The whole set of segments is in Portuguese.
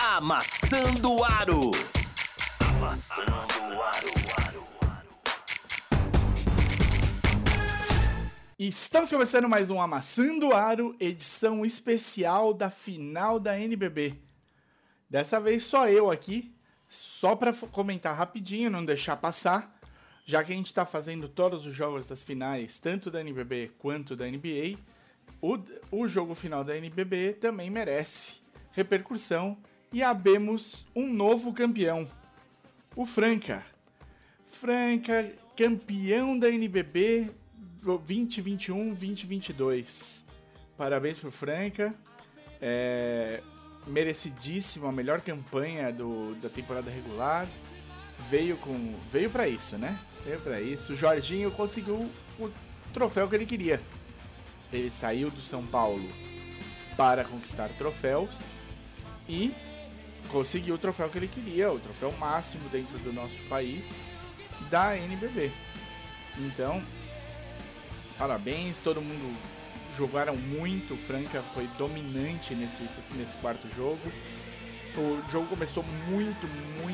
Amassando o Aro. Amassando o Aro. Estamos começando mais um Amassando o Aro, edição especial da final da NBB. Dessa vez só eu aqui, só para comentar rapidinho, não deixar passar, já que a gente está fazendo todos os jogos das finais, tanto da NBB quanto da NBA, o jogo final da NBB também merece repercussão e abemos um novo campeão, o Franca. Franca, campeão da NBB 2021-2022. Parabéns pro Franca. Merecidíssimo, a melhor campanha da temporada regular. Veio pra isso, né? Veio pra isso. O Jorginho conseguiu o troféu que ele queria. Ele saiu do São Paulo para conquistar troféus e conseguiu o troféu que ele queria, o troféu máximo dentro do nosso país da NBB. Então, parabéns, todo mundo jogaram muito, o Franca foi dominante nesse quarto jogo. O jogo começou muito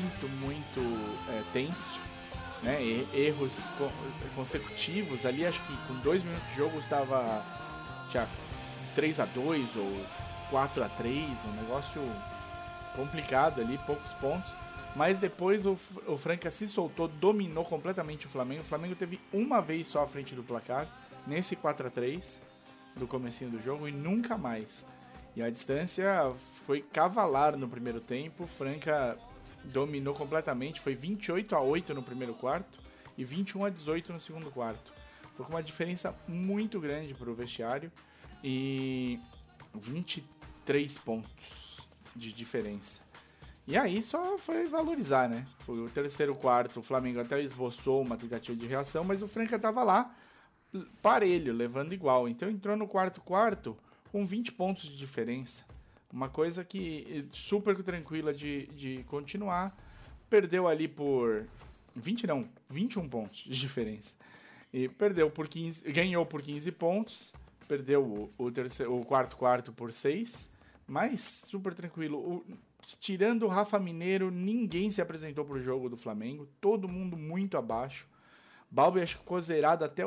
tenso, né? Erros consecutivos ali, acho que com 2 minutos de jogo tinha 3-2 ou 4-3, um negócio complicado ali, poucos pontos. Mas depois o Franca se soltou, dominou completamente o Flamengo. O Flamengo teve uma vez só à frente do placar, nesse 4-3 do comecinho do jogo, e nunca mais. E a distância foi cavalar no primeiro tempo. O Franca dominou completamente, foi 28-8 no primeiro quarto e 21-18 no segundo quarto. Foi com uma diferença muito grande para o vestiário e 23 pontos de diferença. E aí só foi valorizar, né? O terceiro quarto, o Flamengo até esboçou uma tentativa de reação, mas o Franca tava lá parelho, levando igual. Então entrou no quarto com 20 pontos de diferença. Uma coisa que super tranquila de continuar. Perdeu ali por 21 pontos de diferença. E perdeu por 15, ganhou por 15 pontos. Perdeu o quarto por 6. Mas super tranquilo. Tirando o Rafa Mineiro, ninguém se apresentou pro jogo do Flamengo. Todo mundo muito abaixo. Balbi acho que ficou zerado até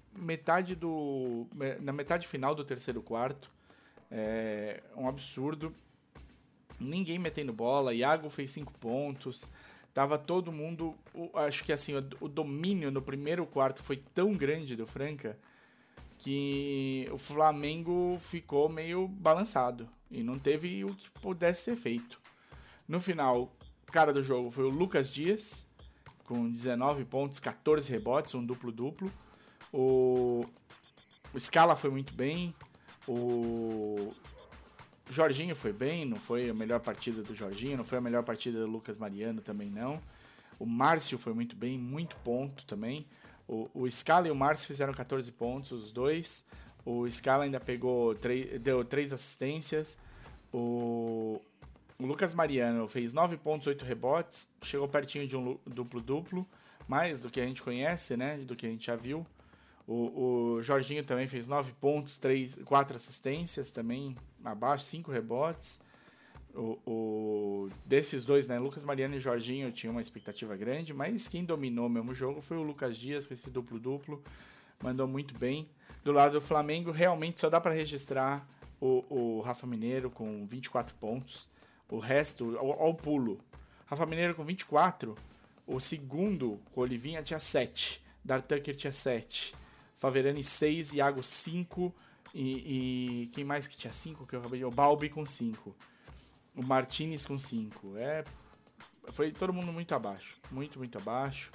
na metade final do terceiro quarto. É um absurdo. Ninguém metendo bola. Iago fez 5 pontos. Tava todo mundo... Acho que assim, o domínio no primeiro quarto foi tão grande do Franca que o Flamengo ficou meio balançado e não teve o que pudesse ser feito. No final, o cara do jogo foi o Lucas Dias, com 19 pontos, 14 rebotes, um duplo-duplo. O Scala foi muito bem, o Jorginho foi bem, não foi a melhor partida do Jorginho, não foi a melhor partida do Lucas Mariano também não. O Márcio foi muito bem, muito ponto também. O Scala e o Márcio fizeram 14 pontos, os dois. O Scala ainda deu 3 assistências. O Lucas Mariano fez 9 pontos, 8 rebotes. Chegou pertinho de um duplo-duplo. Mais do que a gente conhece, né? Do que a gente já viu. O Jorginho também fez 9 pontos, 4 assistências também abaixo, 5 rebotes. Desses dois, né, Lucas Mariano e Jorginho, tinha uma expectativa grande, mas quem dominou mesmo o jogo foi o Lucas Dias com esse duplo-duplo, mandou muito bem. Do lado do Flamengo, realmente só dá para registrar o Rafa Mineiro com 24 pontos, o resto, ao pulo. Rafa Mineiro com 24, o segundo, o Olivinha, tinha 7, Dar Tucker tinha 7, Faverani 6, Iago 5, e quem mais que tinha 5 que eu acabei de... O Balbi com 5. O Martinez com 5. Foi todo mundo muito abaixo. Muito abaixo.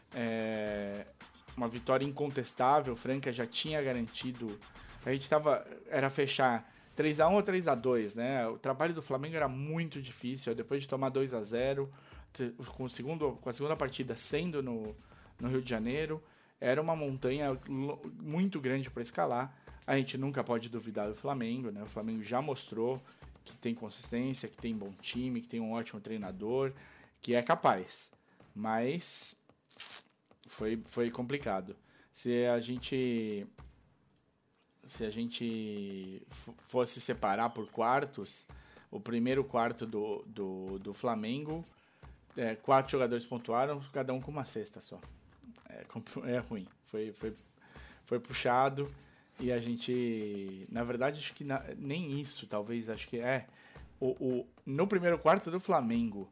Uma vitória incontestável. O Franca já tinha garantido. A gente era fechar 3-1 ou 3-2, né? O trabalho do Flamengo era muito difícil. Depois de tomar 2-0, com a segunda partida sendo no Rio de Janeiro, era uma montanha muito grande para escalar. A gente nunca pode duvidar do Flamengo, né? O Flamengo já mostrou que tem consistência, que tem bom time, que tem um ótimo treinador, que é capaz. Mas foi complicado. Se a gente fosse separar por quartos, O primeiro quarto do Flamengo, 4 jogadores pontuaram, cada um com uma cesta só. É ruim. Foi puxado e a gente... Na verdade, acho que nem isso, talvez. Acho que no primeiro quarto do Flamengo,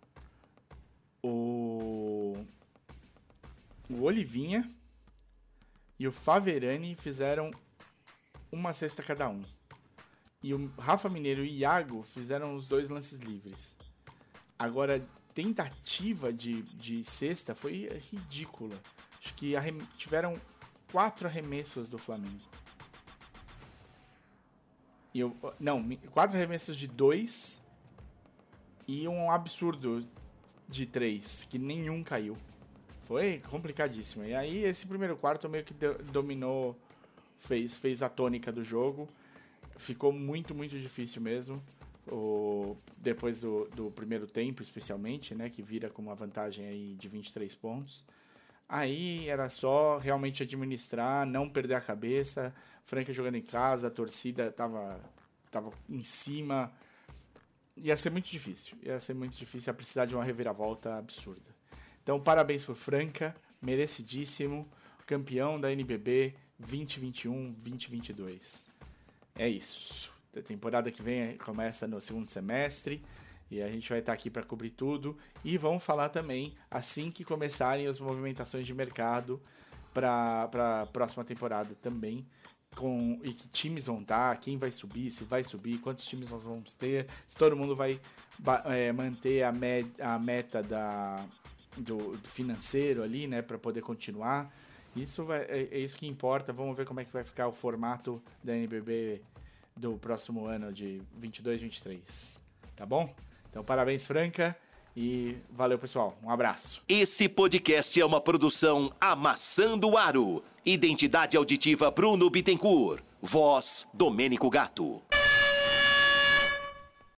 o Olivinha e o Faverani fizeram uma cesta cada um. E o Rafa Mineiro e o Iago fizeram os 2 lances livres. Agora, tentativa de cesta foi ridícula. Acho que tiveram 4 arremessos do Flamengo. 4 arremessos de 2 e um absurdo de 3, que nenhum caiu. Foi complicadíssimo. E aí, esse primeiro quarto meio que dominou, fez a tônica do jogo. Ficou muito, muito difícil mesmo. Depois do primeiro tempo, especialmente, né? Que vira com uma vantagem aí de 23 pontos. Aí era só realmente administrar, não perder a cabeça. Franca jogando em casa, a torcida tava em cima. Ia ser muito difícil. Ia precisar de uma reviravolta absurda. Então, parabéns pro Franca, merecidíssimo. Campeão da NBB 2021-2022. É isso. A temporada que vem começa no segundo semestre e a gente vai estar aqui para cobrir tudo. E vamos falar também assim que começarem as movimentações de mercado para a próxima temporada também. E que times vão estar, quem vai subir, se vai subir, quantos times nós vamos ter, se todo mundo vai manter a meta do financeiro ali, né, para poder continuar. É isso que importa. Vamos ver como é que vai ficar o formato da NBB do próximo ano de 22-23. Tá bom? Então, parabéns, Franca. E valeu, pessoal. Um abraço. Esse podcast é uma produção Amassando o Aro. Identidade auditiva Bruno Bittencourt. Voz Domênico Gato.